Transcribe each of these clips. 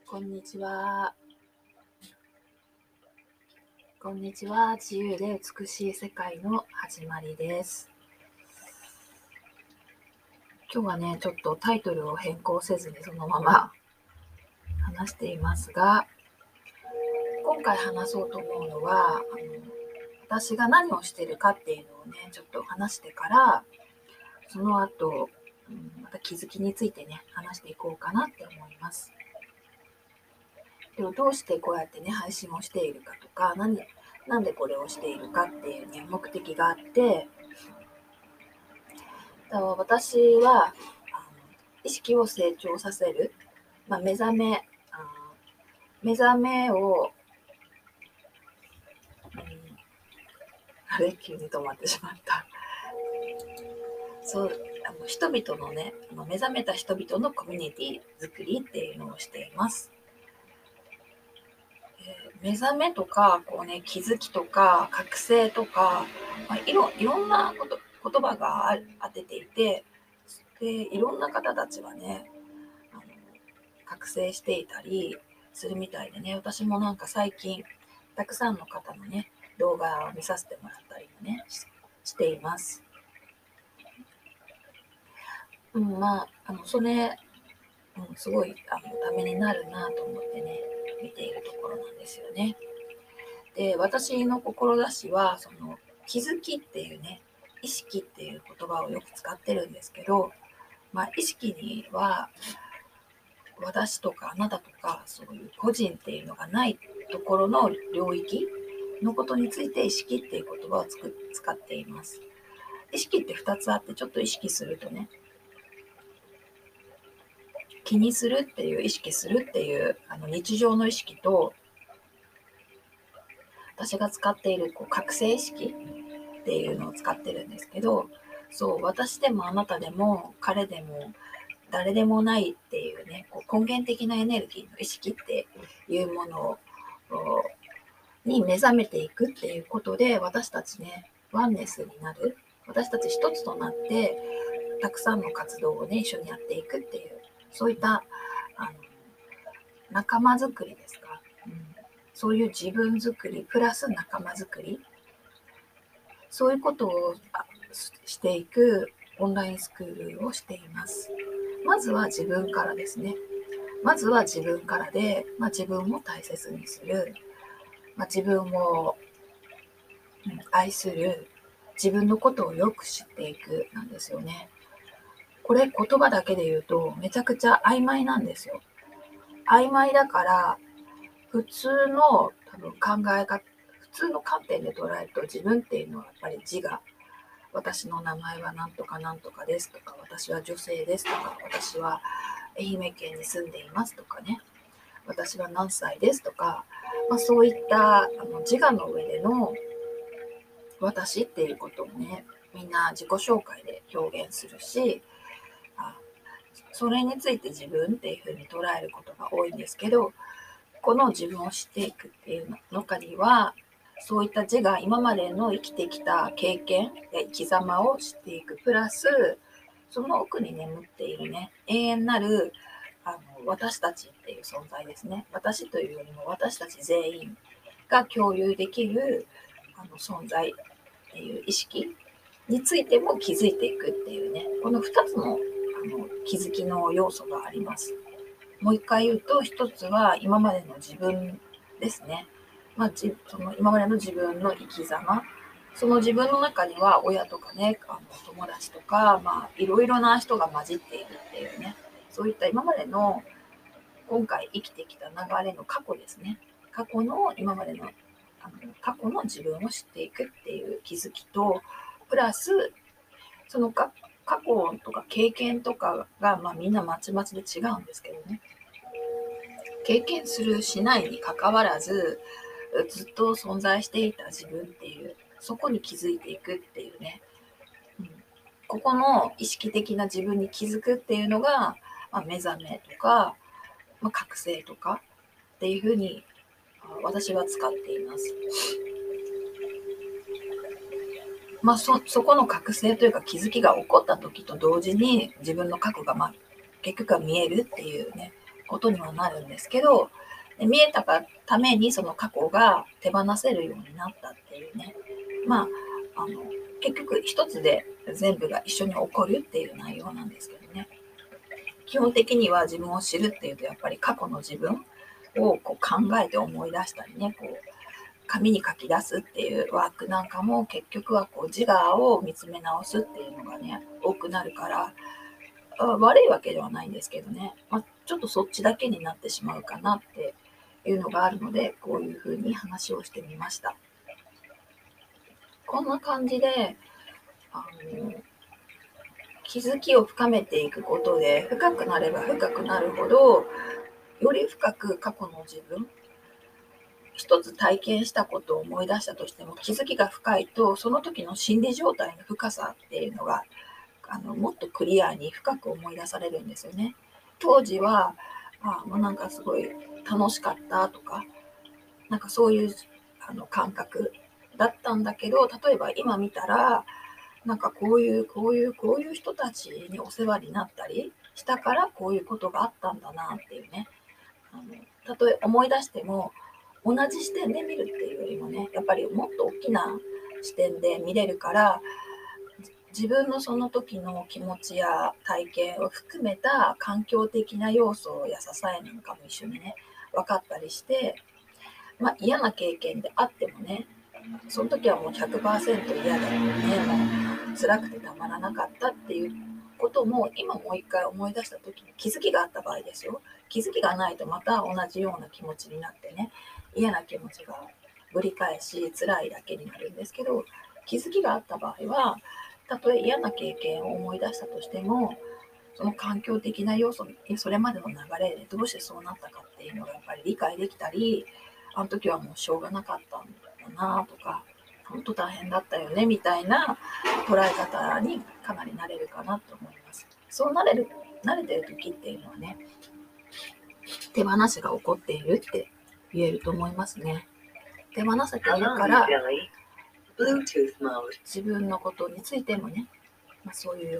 こんにちは。こんにちは。自由で美しい世界の始まりです。今日はね、ちょっとタイトルを変更せずにそのまま話していますが、今回話そうと思うのは、私が何をしているかっていうのをね、ちょっと話してから、その後、また気づきについてね、話していこうかなって思います。でもどうしてこうやってね、配信をしているかとか、なんでこれをしているかっていうね、目的があって、私は意識を成長させる、目覚めを、急に止まってしまった。そう、人々のね、目覚めた人々のコミュニティ作りっていうのをしています。目覚めとか、こうね、気づきとか、覚醒とか、いろんな言葉が当てていて、で、いろんな方たちはね、覚醒していたりするみたいでね、私もなんか最近、たくさんの方のね、動画を見させてもらったりもね、しています。それ、すごいためになるなと思ってね、見ているところなんですよね。で、私の志は、その気づきっていうね、意識っていう言葉をよく使ってるんですけど、意識には私とかあなたとかそういう個人っていうのがないところの領域のことについて意識っていう言葉を使っています。意識って2つあって、ちょっと意識するとね、気にするっていう意識するっていう日常の意識と、私が使っている覚醒意識っていうのを使ってるんですけど、そう、私でもあなたでも彼でも誰でもないっていうね、根源的なエネルギーの意識っていうものに目覚めていくっていうことで、私たちね、ワンネスになる、私たち一つとなって、たくさんの活動をね、一緒にやっていくっていう、そういったあの仲間づくりですか、そういう自分づくりプラス仲間づくり、そういうことをしていくオンラインスクールをしています。まずは自分からですね。まずは自分からで、自分を大切にする、自分を愛する、自分のことをよく知っていくなんですよね。これ言葉だけで言うとめちゃくちゃ曖昧なんですよ。曖昧だから普通の多分考え方、普通の観点で捉えると自分っていうのはやっぱり自我。私の名前はなんとかなんとかですとか、私は女性ですとか、私は愛媛県に住んでいますとかね、私は何歳ですとか、そういった自我の上での私っていうことをね、みんな自己紹介で表現するし、それについて自分っていうふうに捉えることが多いんですけど、この自分を知っていくっていうの中には、そういった自我、今までの生きてきた経験や生き様を知っていくプラス、その奥に眠っているね、永遠なる私たちっていう存在ですね。私というよりも私たち全員が共有できる存在っていう意識についても気づいていくっていうね、この2つの気づきの要素があります。もう一回言うと、一つは今までの自分ですね。その今までの自分の生き様。その自分の中には親とかね、友達とか、いろいろな人が混じっているっていうね、そういった今までの今回生きてきた流れの過去ですね。過去の今までの過去の自分を知っていくっていう気づきと、プラスその過去とか経験とかが、みんなまちまちで違うんですけどね、経験するしないにかかわらず、ずっと存在していた自分っていう、そこに気づいていくっていうね、ここの意識的な自分に気づくっていうのが、目覚めとか、覚醒とかっていうふうに私は使っています。そこの覚醒というか気づきが起こった時と同時に自分の過去が結局は見えるっていうね、 ことにはなるんですけど、見えたがためにその過去が手放せるようになったっていうね、結局一つで全部が一緒に起こるっていう内容なんですけどね。基本的には自分を知るっていうと、やっぱり過去の自分をこう考えて思い出したりね、こう紙に書き出すっていうワークなんかも結局はこう自我を見つめ直すっていうのがね、多くなるから、悪いわけではないんですけどね、ちょっとそっちだけになってしまうかなっていうのがあるので、こういうふうに話をしてみました。こんな感じで気づきを深めていくことで、深くなれば深くなるほど、より深く過去の自分、一つ体験したことを思い出したとしても、気づきが深いと、その時の心理状態の深さっていうのがもっとクリアに深く思い出されるんですよね。当時はもうなんかすごい楽しかったとか、なんかそういう感覚だったんだけど、例えば今見たら、なんかこういう人たちにお世話になったりしたからこういうことがあったんだなっていうね。たとえ思い出しても同じ視点で見るっていうよりもね、やっぱりもっと大きな視点で見れるから、自分のその時の気持ちや体験を含めた環境的な要素や支えなんかも一緒にね、分かったりして、嫌な経験であってもね、その時はもう 100% 嫌だよね、もう辛くてたまらなかったっていうことも今もう一回思い出した時に気づきがあった場合ですよ。気づきがないとまた同じような気持ちになってね、嫌な気持ちがぶり返し辛いだけになるんですけど、気づきがあった場合は、たとえ嫌な経験を思い出したとしても、その環境的な要素、それまでの流れでどうしてそうなったかっていうのがやっぱり理解できたり、あの時はもうしょうがなかったんだなとか、本当大変だったよねみたいな捉え方にかなりなれるかなと思います。そう慣れてる時っていうのはね、手放しが起こっているって言えると思いますね。手放せているから自分のことについてもね、そういうように、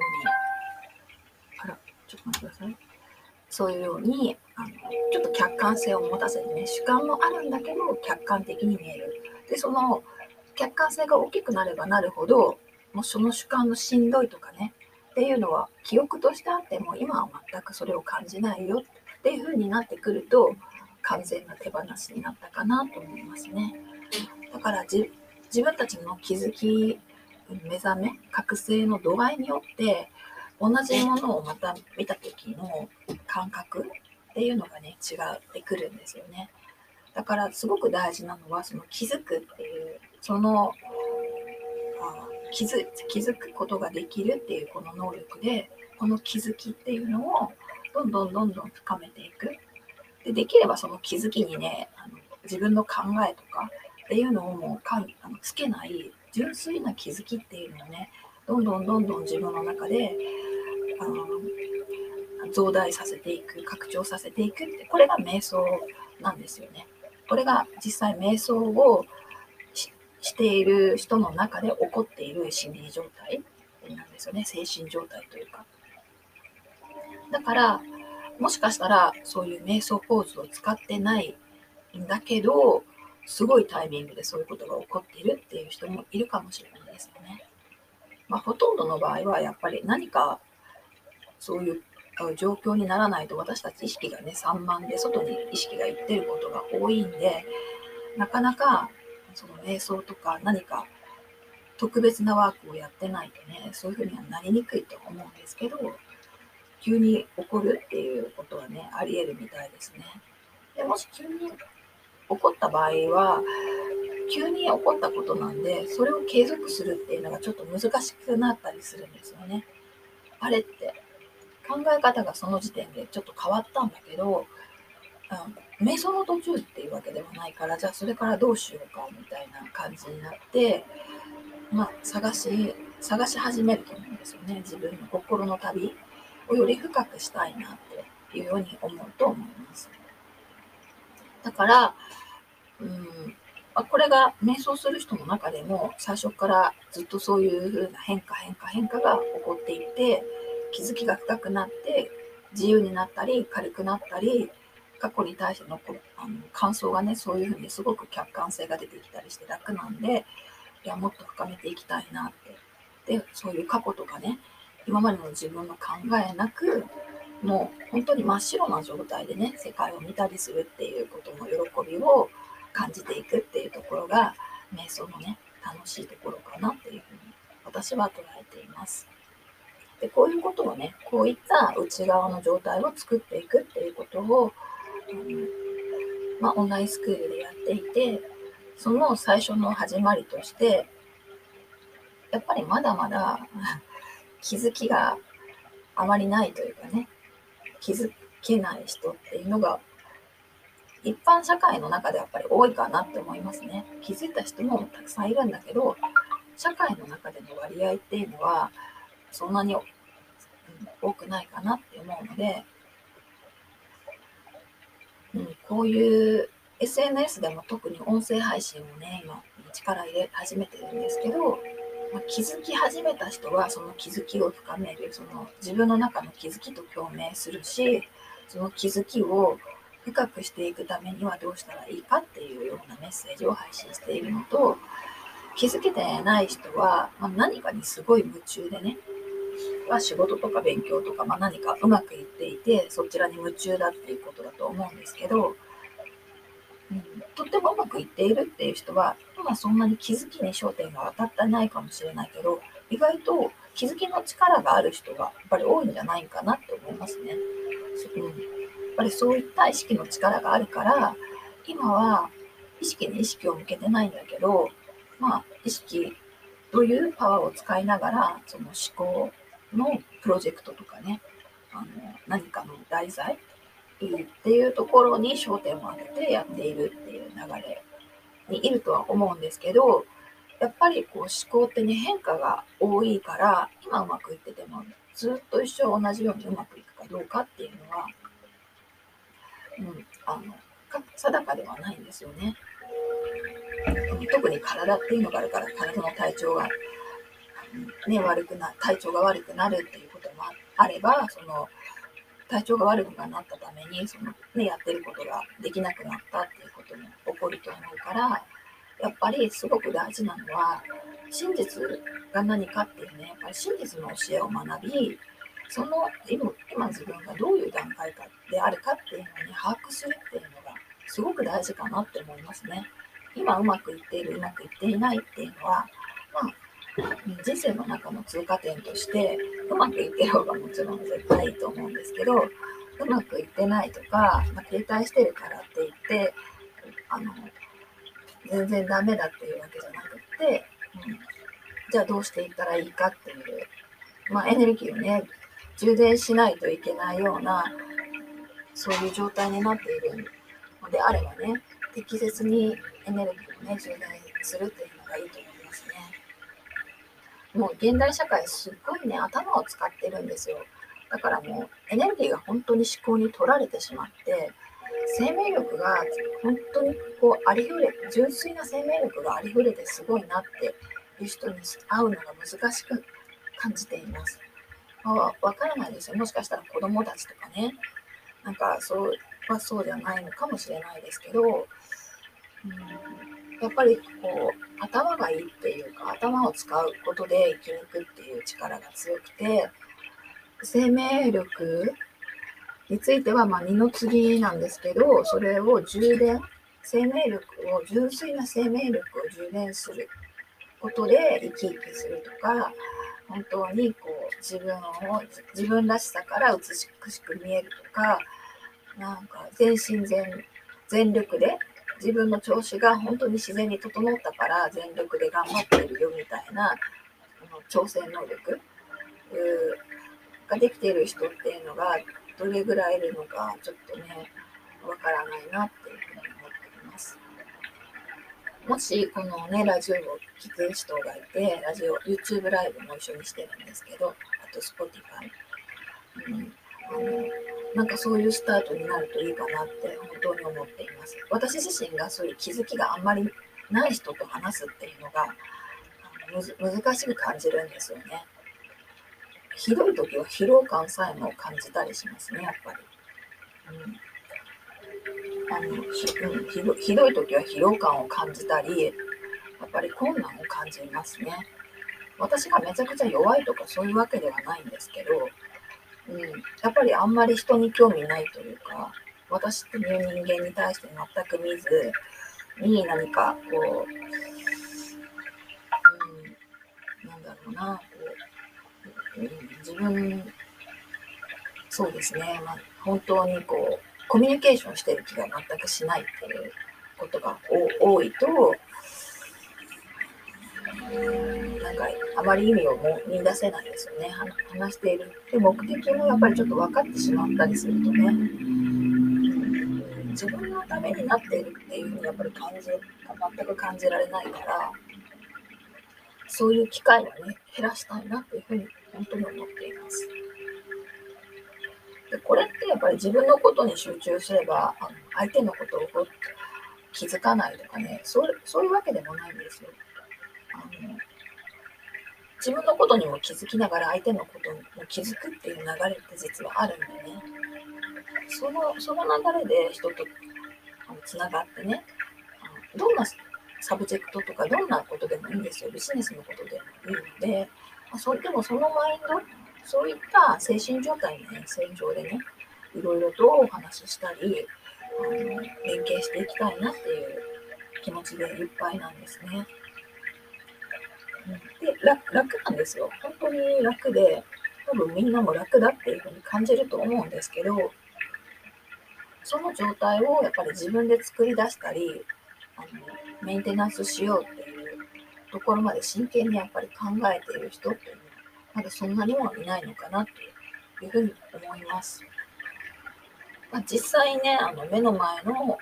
ちょっと待ってください。そういうようにちょっと客観性を持たせてね、主観もあるんだけど客観的に見える。でその客観性が大きくなればなるほど、もうその主観のしんどいとかねっていうのは記憶としてあっても今は全くそれを感じないよっていう風になってくると、完全な手放しになったかなと思いますね。だから自分たちの気づき、目覚め、覚醒の度合いによって同じものをまた見た時の感覚っていうのがね、違ってくるんですよね。だからすごく大事なのは、その気づくっていう、その気づくことができるっていうこの能力で、この気づきっていうのをどんどん深めていく。できればその気づきにね、自分の考えとかっていうのをもうつけない純粋な気づきっていうのをね、どんどん自分の中で増大させていく、拡張させていくって、これが瞑想なんですよね。これが実際瞑想をしている人の中で起こっている心理状態なんですよね。精神状態というか。だからもしかしたらそういう瞑想ポーズを使ってないんだけど、すごいタイミングでそういうことが起こっているっていう人もいるかもしれないですよね。ほとんどの場合はやっぱり何かそういう状況にならないと、私たち意識がね散漫で外に意識がいってることが多いんで、なかなかその瞑想とか何か特別なワークをやってないとね、そういうふうにはなりにくいと思うんですけど、急に起こるっていうことはね、あり得るみたいですね。でもし急に起こった場合は、急に起こったことなんで、それを継続するっていうのがちょっと難しくなったりするんですよね。あれって考え方がその時点でちょっと変わったんだけど、瞑想の途中っていうわけではないから、じゃあそれからどうしようかみたいな感じになって、探し始めると思うんですよね。自分の心の旅をより深くしたいなっていうように思うと思います。だから、これが瞑想する人の中でも最初からずっとそういう風な変化が起こっていって、気づきが深くなって自由になったり軽くなったり、過去に対しての感想がね、そういうふうにすごく客観性が出てきたりして楽なんで、いやもっと深めていきたいなって。でそういう過去とかね、今までの自分の考えなく、もう本当に真っ白な状態でね、世界を見たりするっていうことの喜びを感じていくっていうところが瞑想のね、楽しいところかなっていうふうに私は捉えています。でこういうことをね、こういった内側の状態を作っていくっていうことを、オンラインスクールでやっていて、その最初の始まりとして、やっぱりまだまだ気づきがあまりないというかね、気づけない人っていうのが一般社会の中でやっぱり多いかなって思いますね。気づいた人もたくさんいるんだけど、社会の中での割合っていうのはそんなに多くないかなって思うので、こういう SNS でも特に音声配信をね、今力入れ始めてるんですけど、気づき始めた人はその気づきを深める、その自分の中の気づきと共鳴するし、その気づきを深くしていくためにはどうしたらいいかっていうようなメッセージを配信しているのと、気づけてない人は、何かにすごい夢中でね、仕事とか勉強とか、何かうまくいっていてそちらに夢中だっていうことだと思うんですけど、とってもうまくいっているっていう人はそんなに気づきに焦点が当たってないかもしれないけど、意外と気づきの力がある人がやっぱり多いんじゃないかなって思いますね。やっぱりそういった意識の力があるから、今は意識に意識を向けてないんだけど、意識というパワーを使いながら、その思考のプロジェクトとかね、何かの題材っていうところに焦点を当ててやっているっていう流れにいるとは思うんですけど、やっぱりこう思考ってね、変化が多いから、今うまくいっててもずっと一生同じようにうまくいくかどうかっていうのは、定かではないんですよね。特に体っていうのがあるから、体の体調が、体調が悪くなるっていうこともあれば、その体調が悪くなったためにやってることができなくなったっていうことも起こると思うから、やっぱりすごく大事なのは真実が何かっていうね、やっぱり真実の教えを学び、その今自分がどういう段階かであるかっていうのに把握するっていうのがすごく大事かなって思いますね。今うまくいっている、うまくいっていないっていうのは、人生の中の通過点として、うまくいってる方がもちろん絶対いいと思うんですけど、うまくいってないとか、停滞してるからって言って全然ダメだっていうわけじゃなくって、じゃあどうしていったらいいかっていう、エネルギーをね、充電しないといけないような、そういう状態になっているのであればね、適切にエネルギーをね、充電するっていうのがいいと思いますね。もう現代社会すっごいね、頭を使ってるんですよ。だからもうエネルギーが本当に思考に取られてしまって、生命力が本当にこうありふれ、純粋な生命力がありふれてすごいなっていう人に会うのが難しく感じています。わからないですよ。もしかしたら子供たちとかね、そうじゃないのかもしれないですけど、やっぱりこう頭がいいっていうか、頭を使うことで生き抜くっていう力が強くて、生命力については二の次なんですけど、それを純粋な生命力を充電することで生き生きするとか、本当にこう自分らしさから美しく見えるとか、全身全力で自分の調子が本当に自然に整ったから全力で頑張っているよみたいな挑戦能力ができている人っていうのがどれぐらいいるのかちょっとね、わからないなっていうふうに思っています。もしこのね、ラジオを聞く人がいて、YouTube ライブも一緒にしてるんですけど、あと Spotify、そういうスタートになるといいかなって本当に思っています。私自身がそういう気づきがあんまりない人と話すっていうのが難しく感じるんですよね。 ひどい時は疲労感さえも感じたりしますね、やっぱり。ひどい時は疲労感を感じたり、やっぱり困難を感じますね。私がめちゃくちゃ弱いとかそういうわけではないんですけど、やっぱりあんまり人に興味ないというか、私っていう人間に対して全く見ずに何かこう、なんだろうな、自分、そうですね、本当にこう、コミュニケーションしてる気が全くしないっていうことが多いと、なんかあまり意味を見出せないですよね。話している。で、目的もやっぱりちょっと分かってしまったりするとね、自分のためになっているっていうふうにやっぱり全く感じられないから、そういう機会をね、減らしたいなっていうふうに本当に思っています。で、これってやっぱり自分のことに集中すれば、相手のことを気づかないとかね、そういうわけでもないんですよ。自分のことにも気づきながら相手のことにも気づくっていう流れって実はあるんでね、その流れで人とつながってね、どんなサブジェクトとかどんなことでもいいんですよ。ビジネスのことでもいいので、でもそのマインド、そういった精神状態の変遷上でね、いろいろとお話ししたり、連携していきたいなっていう気持ちでいっぱいなんですね。で、楽なんですよ。本当に楽で、多分みんなも楽だっていうふうに感じると思うんですけど、その状態をやっぱり自分で作り出したり、メンテナンスしようっていうところまで真剣にやっぱり考えている人っていうのは、まだそんなにもいないのかなっていうふうに思います。実際ね、目の前の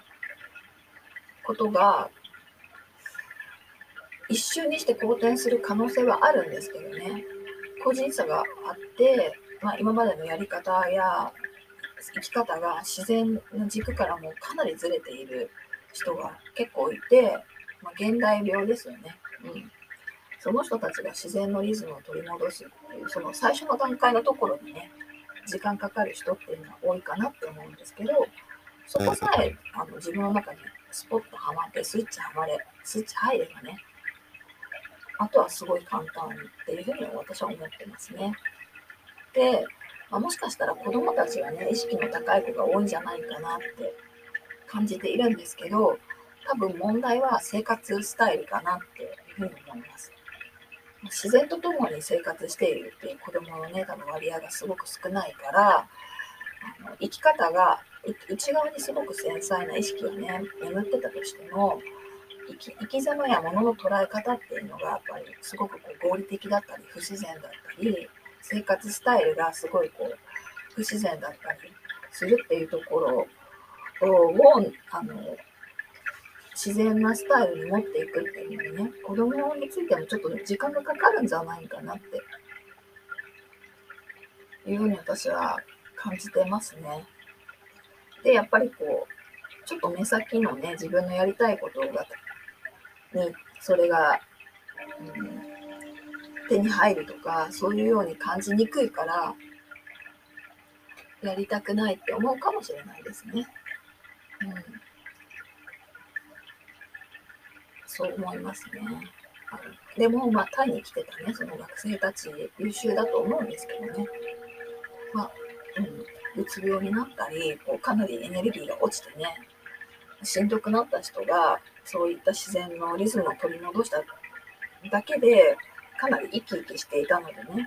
ことが一瞬にして好転する可能性はあるんですけどね、個人差があって、今までのやり方や生き方が自然の軸からもかなりずれている人が結構いて、現代病ですよね。その人たちが自然のリズムを取り戻すっていう、その最初の段階のところにね、時間かかる人っていうのは多いかなって思うんですけど、そこさえ自分の中にスポッとはまって、スイッチ入ればね、あとはすごい簡単っていうふうに私は思ってますね。で、もしかしたら子どもたちはね、意識の高い子が多いんじゃないかなって感じているんですけど、多分問題は生活スタイルかなっていうふうに思います。自然とともに生活しているっていう子どものね、多分割合がすごく少ないから、生き方が内側にすごく繊細な意識がね、眠ってたとしても、生き様や物の捉え方っていうのがやっぱりすごく合理的だったり不自然だったり、生活スタイルがすごい不自然だったりするっていうところを自然なスタイルに持っていくっていうのにね、子供についてもちょっと時間がかかるんじゃないかなっていうふうに私は感じてますね。で、やっぱりちょっと目先のね、自分のやりたいことそれが、手に入るとか、そういうように感じにくいから、やりたくないって思うかもしれないですね。そう思いますね。でも、タイに来てたね、その学生たち優秀だと思うんですけどね。うつ病になったり、かなりエネルギーが落ちてね、しんどくなった人が、そういった自然のリズムを取り戻しただけで、かなり生き生きしていたのでね、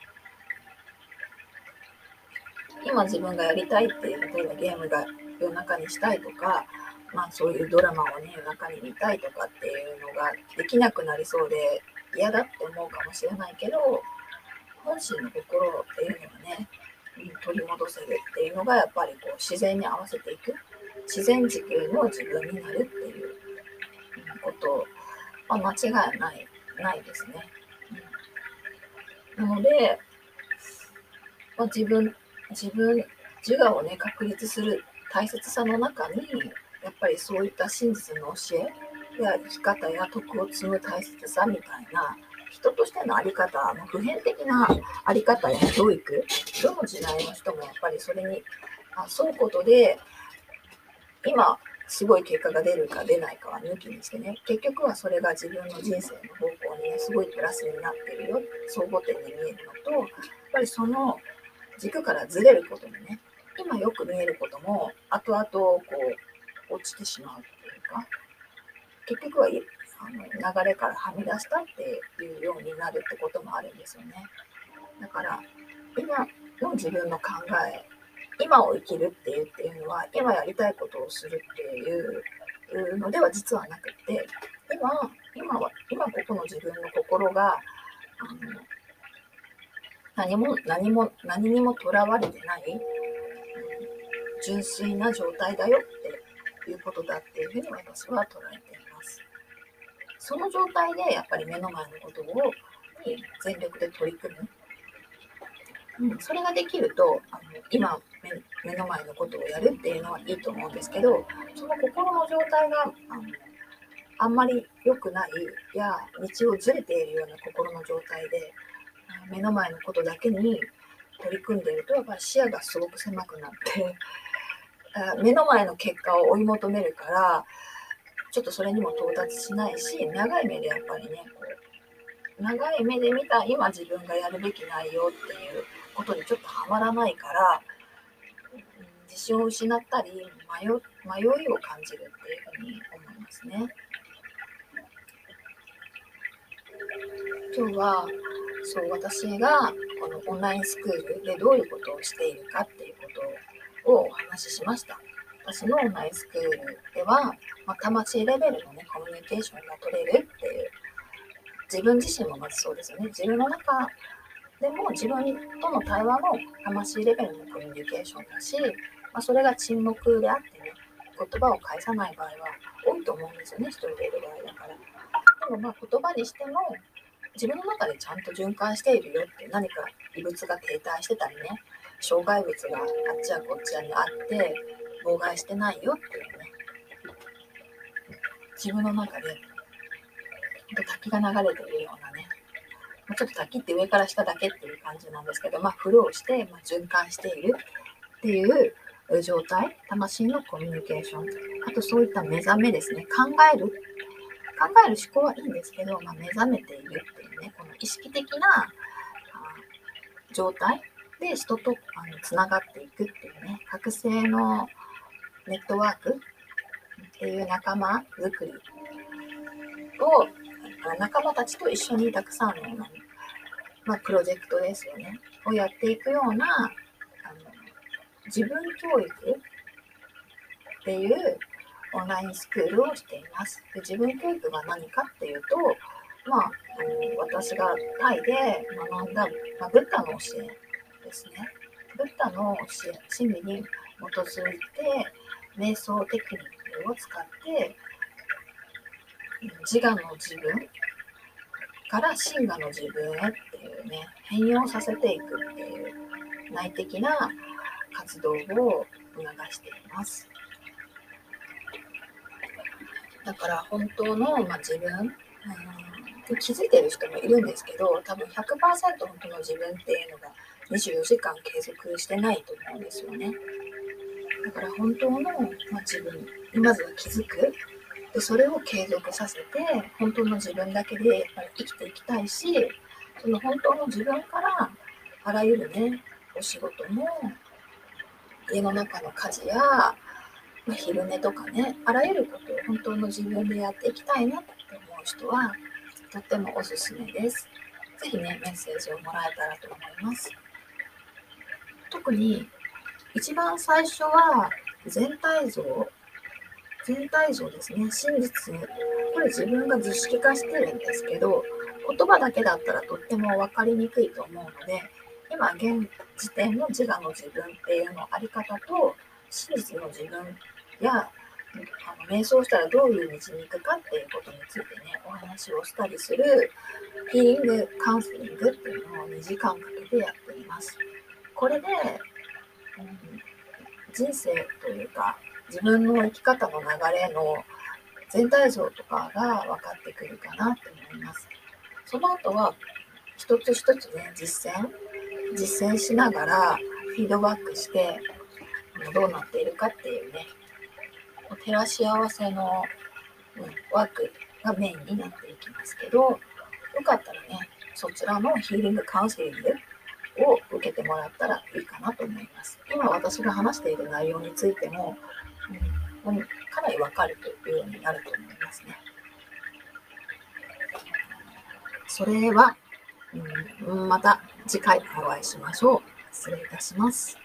今自分がやりたいっていう、例えばゲームが夜中にしたいとか、そういうドラマをね、夜中に見たいとかっていうのができなくなりそうで嫌だって思うかもしれないけど、本心の心っていうのがね、取り戻せるっていうのがやっぱり自然に合わせていく、自然軸の自分になるっていうことは間違いないですね。なので、自我をね、確立する大切さの中に、やっぱりそういった真実の教えや生き方や徳を積む大切さみたいな人としての在り方、普遍的な在り方や教育、どの時代の人もやっぱりそれに沿うことで、今すごい結果が出るか出ないかは抜きにしてね、結局はそれが自分の人生の方向にね、すごいプラスになってるよ、総合点に見えるのと、やっぱりその軸からずれることでね、今よく見えることも後々こう落ちてしまうっていうか、結局は流れからはみ出したっていうようになるってこともあるんですよね。だから今の自分の考え、今を生きるっていうのは、今やりたいことをするっていうのでは実はなくて、今ここの自分の心が何にもとらわれてない、純粋な状態だよっていうことだっていうふうに私は捉えています。その状態でやっぱり目の前のことに全力で取り組む、それができると今目の前のことをやるっていうのはいいと思うんですけど、その心の状態があんまり良くないや道をずれているような心の状態で目の前のことだけに取り組んでいると、やっぱり視野がすごく狭くなって目の前の結果を追い求めるから、ちょっとそれにも到達しないし、長い目でやっぱりね、長い目で見た今自分がやるべき内容っていうことにちょっとはまらないから、自信を失ったり迷いを感じるっていうふうに思いますね。今日は私がこのオンラインスクールでどういうことをしているかっていうことをお話ししました。私のオンラインスクールでは、魂レベルのね、コミュニケーションが取れるっていう、自分自身もまずそうですよね。自分の中でも自分との対話も魂レベルのコミュニケーションだし、それが沈黙であってね、言葉を返さない場合は多いと思うんですよね、一人でいる場合だから。でも言葉にしても自分の中でちゃんと循環しているよって、何か異物が停滞してたりね、障害物があっちやこっちやにあって妨害してないよっていうね、自分の中で滝が流れているようなね、ちょっと滝って上から下だけっていう感じなんですけど、フローして、循環しているっていう状態、魂のコミュニケーション、あとそういった目覚めですね、考える思考はいいんですけど、目覚めているっていうね、この意識的な状態で人とつながっていくっていうね、覚醒のネットワークっていう仲間作りを、仲間たちと一緒にたくさんの、プロジェクトですよね、をやっていくような自分教育っていうオンラインスクールをしています。で、自分教育が何かっていうと、私がタイで学んだ、ブッダの教えですね。ブッダの教え、真理に基づいて、瞑想テクニックを使って、自我の自分から真我の自分へっていうね、変容させていくっていう内的な活動を促しています。だから本当の、自分、気づいてる人もいるんですけど、多分 100% 本当の自分っていうのが24時間継続してないと思うんですよね。だから本当の、自分にまずは気づく。で、それを継続させて、本当の自分だけでやっぱり生きていきたいし、その本当の自分からあらゆるね、お仕事も、家の中の家事や、昼寝とかね、あらゆることを本当の自分でやっていきたいなって思う人は、とってもおすすめです。ぜひね、メッセージをもらえたらと思います。特に、一番最初は全体像ですね。真実。これ自分が図式化してるんですけど、言葉だけだったらとっても分かりにくいと思うので、今現時点の自我の自分っていうのあり方と、真実の自分や瞑想したらどういう道に行くかっていうことについてね、お話をしたりするヒーリングカウンセリングっていうのを2時間かけてやっています。これで、人生というか自分の生き方の流れの全体像とかが分かってくるかなと思います。 その後は一つ一つね、実践しながらフィードバックしてどうなっているかっていうね、照らし合わせの、ワークがメインになっていきますけど、よかったらね、そちらのヒーリングカウンセリングを受けてもらったらいいかなと思います。今私が話している内容についても、かなりわかるというようになると思いますね。それは、また次回お会いしましょう。失礼いたします。